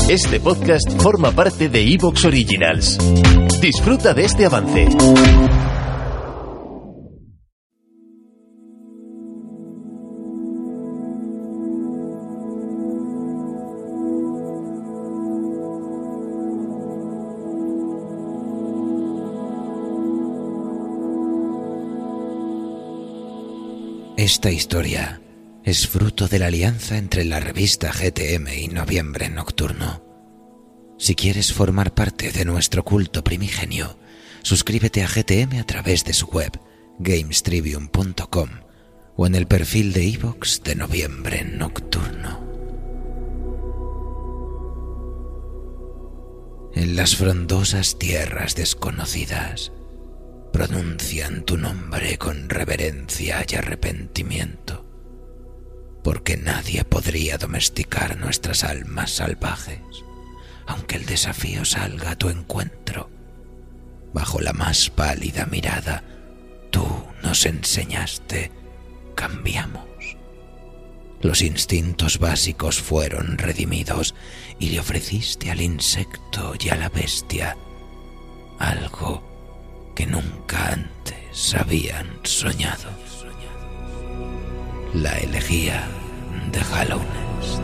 Este podcast forma parte de Evox Originals. Disfruta de este avance. Esta historia es fruto de la alianza entre la revista GTM y Noviembre Nocturno. Si quieres formar parte de nuestro culto primigenio, suscríbete a GTM a través de su web, gamestribune.com, o en el perfil de Evox de Noviembre Nocturno. En las frondosas tierras desconocidas, pronuncian tu nombre con reverencia y arrepentimiento, porque nadie podría domesticar nuestras almas salvajes, aunque el desafío salga a tu encuentro. Bajo la más pálida mirada, tú nos enseñaste, cambiamos. Los instintos básicos fueron redimidos y le ofreciste al insecto y a la bestia algo que nunca antes habían soñado. La elegía de Hallownest.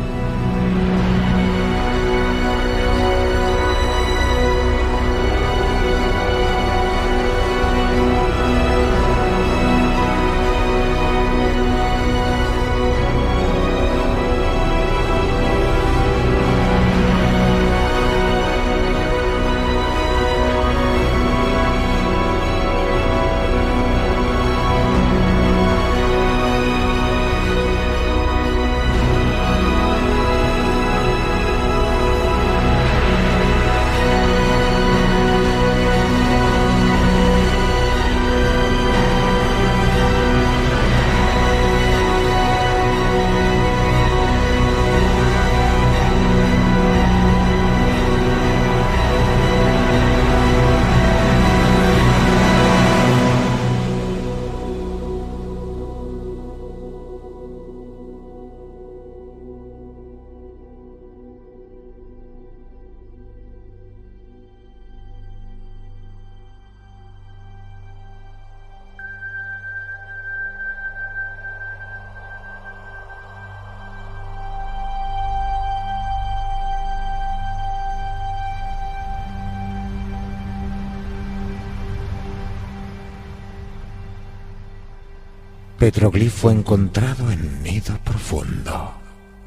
Petroglifo encontrado en nido profundo.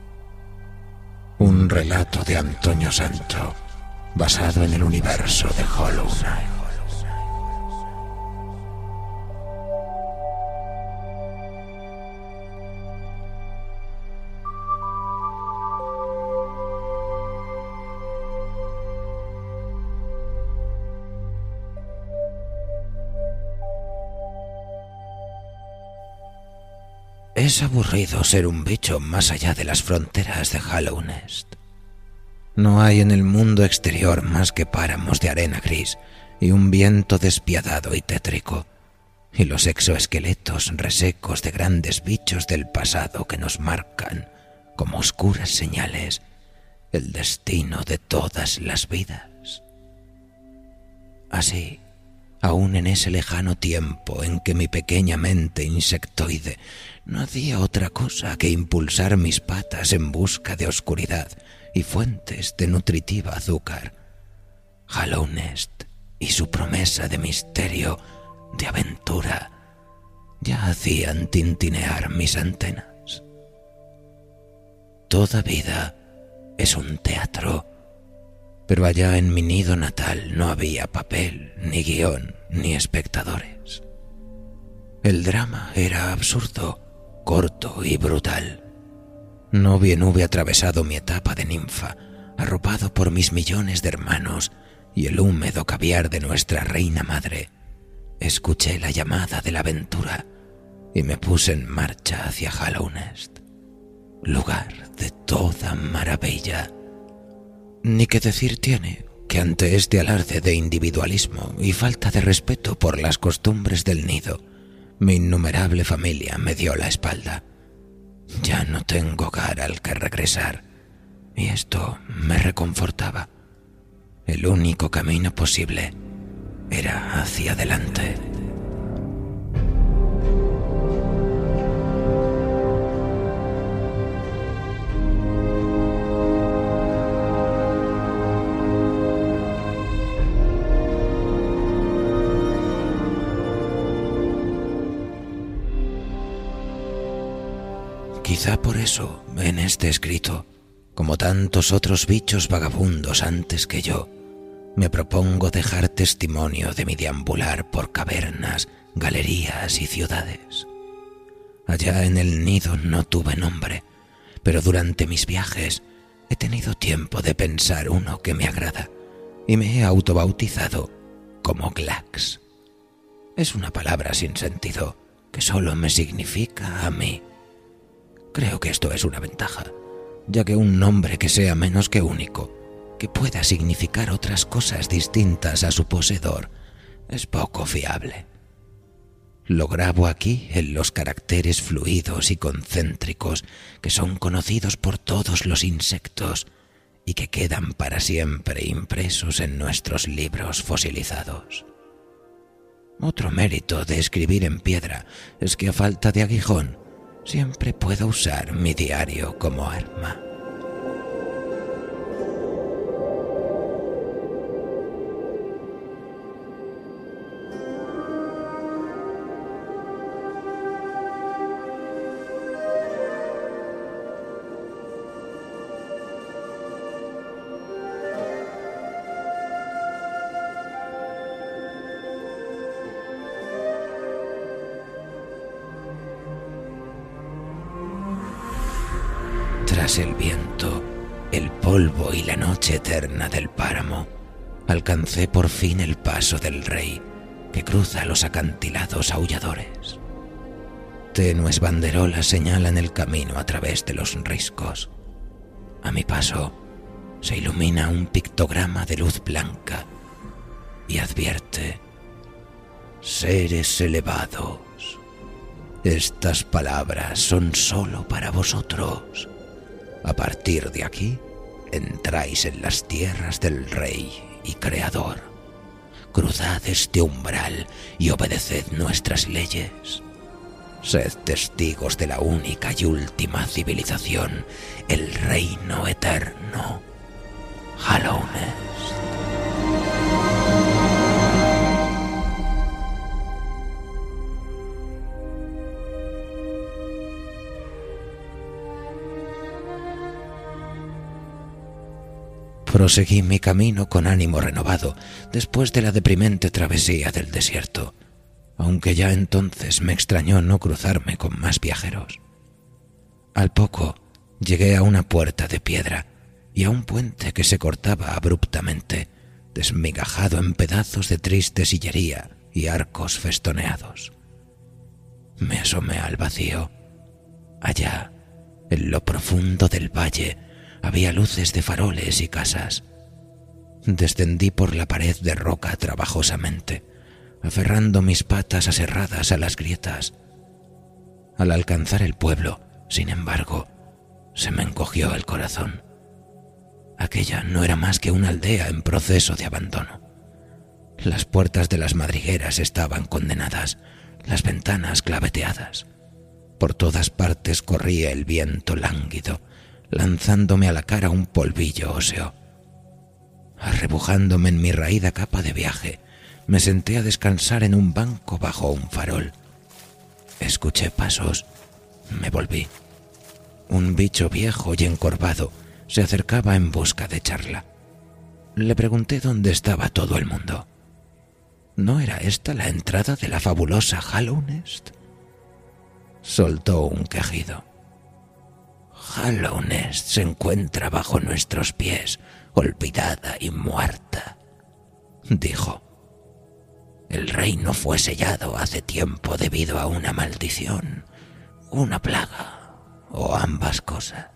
Un relato de Antonio Sancho, basado en el universo de Hollow Knight. Es aburrido ser un bicho más allá de las fronteras de Hallownest. No hay en el mundo exterior más que páramos de arena gris y un viento despiadado y tétrico, y los exoesqueletos resecos de grandes bichos del pasado que nos marcan, como oscuras señales, el destino de todas las vidas. Así, aún en ese lejano tiempo en que mi pequeña mente insectoide no hacía otra cosa que impulsar mis patas en busca de oscuridad y fuentes de nutritiva azúcar, Hallownest y su promesa de misterio, de aventura, ya hacían tintinear mis antenas. Toda vida es un teatro, pero allá en mi nido natal no había papel, ni guión, ni espectadores. El drama era absurdo, corto y brutal. No bien hube atravesado mi etapa de ninfa, arropado por mis millones de hermanos y el húmedo caviar de nuestra reina madre, escuché la llamada de la aventura y me puse en marcha hacia Hallownest, lugar de toda maravilla. Ni que decir tiene que ante este alarde de individualismo y falta de respeto por las costumbres del nido, mi innumerable familia me dio la espalda. Ya no tengo hogar al que regresar, y esto me reconfortaba. El único camino posible era hacia adelante. Quizá por eso, en este escrito, como tantos otros bichos vagabundos antes que yo, me propongo dejar testimonio de mi deambular por cavernas, galerías y ciudades. Allá en el nido no tuve nombre, pero durante mis viajes he tenido tiempo de pensar uno que me agrada y me he autobautizado como Glax. Es una palabra sin sentido que solo me significa a mí. Creo que esto es una ventaja, ya que un nombre que sea menos que único, que pueda significar otras cosas distintas a su poseedor, es poco fiable. Lo grabo aquí en los caracteres fluidos y concéntricos que son conocidos por todos los insectos y que quedan para siempre impresos en nuestros libros fosilizados. Otro mérito de escribir en piedra es que a falta de aguijón, siempre puedo usar mi diario como arma. Tras el viento, el polvo y la noche eterna del páramo, alcancé por fin el paso del rey que cruza los acantilados aulladores. Tenues banderolas señalan el camino a través de los riscos. A mi paso se ilumina un pictograma de luz blanca y advierte: seres elevados, estas palabras son solo para vosotros. A partir de aquí, entráis en las tierras del Rey y Creador. Cruzad este umbral y obedeced nuestras leyes. Sed testigos de la única y última civilización, el reino eterno, Hallownest. Proseguí mi camino con ánimo renovado después de la deprimente travesía del desierto, aunque ya entonces me extrañó no cruzarme con más viajeros. Al poco llegué a una puerta de piedra y a un puente que se cortaba abruptamente, desmigajado en pedazos de triste sillería y arcos festoneados. Me asomé al vacío. Allá, en lo profundo del valle, había luces de faroles y casas. Descendí por la pared de roca trabajosamente, aferrando mis patas aserradas a las grietas. Al alcanzar el pueblo, sin embargo, se me encogió el corazón. Aquella no era más que una aldea en proceso de abandono. Las puertas de las madrigueras estaban condenadas, las ventanas claveteadas. Por todas partes corría el viento lánguido, lanzándome a la cara un polvillo óseo. Arrebujándome en mi raída capa de viaje, me senté a descansar en un banco bajo un farol. Escuché pasos, me volví. Un bicho viejo y encorvado se acercaba en busca de charla. Le pregunté dónde estaba todo el mundo. ¿No era esta la entrada de la fabulosa Hallownest? Soltó un quejido. Hallownest se encuentra bajo nuestros pies, olvidada y muerta, dijo. El reino fue sellado hace tiempo debido a una maldición, una plaga o ambas cosas.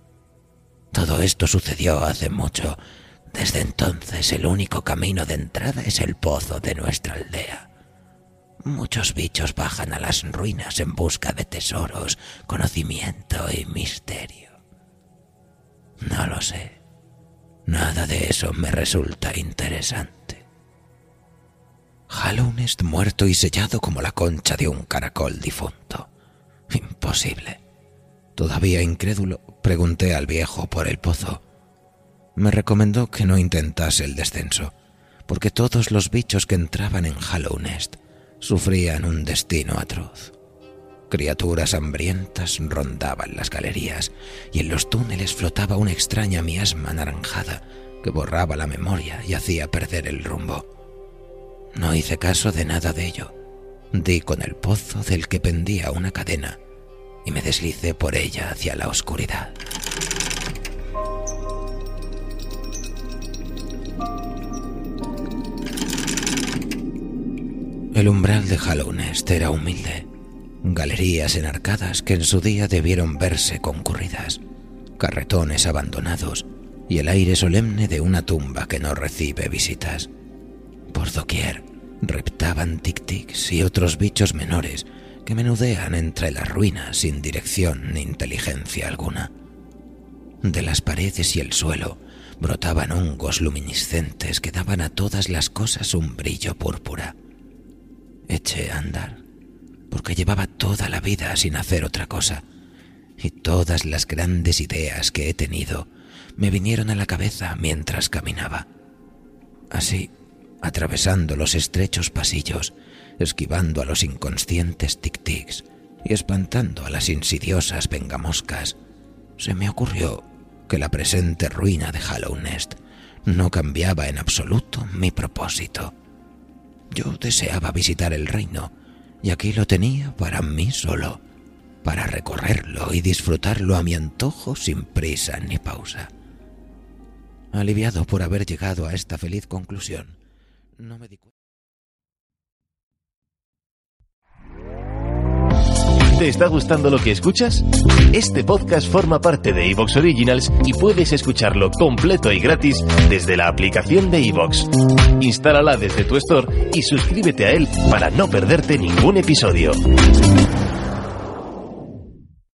Todo esto sucedió hace mucho. Desde entonces el único camino de entrada es el pozo de nuestra aldea. Muchos bichos bajan a las ruinas en busca de tesoros, conocimiento y misterio. No lo sé. Nada de eso me resulta interesante. Hallownest muerto y sellado como la concha de un caracol difunto. Imposible. Todavía incrédulo, pregunté al viejo por el pozo. Me recomendó que no intentase el descenso, porque todos los bichos que entraban en Hallownest sufrían un destino atroz. Criaturas hambrientas rondaban las galerías y en los túneles flotaba una extraña miasma anaranjada que borraba la memoria y hacía perder el rumbo. No hice caso de nada de ello. Di con el pozo del que pendía una cadena y me deslicé por ella hacia la oscuridad. El umbral de Hallownest era humilde. Galerías en arcadas que en su día debieron verse concurridas, carretones abandonados y el aire solemne de una tumba que no recibe visitas. Por doquier reptaban tic-tics y otros bichos menores que menudean entre las ruinas sin dirección ni inteligencia alguna. De las paredes y el suelo brotaban hongos luminiscentes que daban a todas las cosas un brillo púrpura. Eché a andar, porque llevaba toda la vida sin hacer otra cosa, y todas las grandes ideas que he tenido me vinieron a la cabeza mientras caminaba. Así, atravesando los estrechos pasillos, esquivando a los inconscientes tic-tics y espantando a las insidiosas vengamoscas, se me ocurrió que la presente ruina de Hallownest no cambiaba en absoluto mi propósito. Yo deseaba visitar el reino, y aquí lo tenía para mí solo, para recorrerlo y disfrutarlo a mi antojo sin prisa ni pausa. Aliviado por haber llegado a esta feliz conclusión, no me di cuenta. ¿Te está gustando lo que escuchas? Este podcast forma parte de Evox Originals y puedes escucharlo completo y gratis desde la aplicación de Evox. Instálala desde tu store y suscríbete a él para no perderte ningún episodio.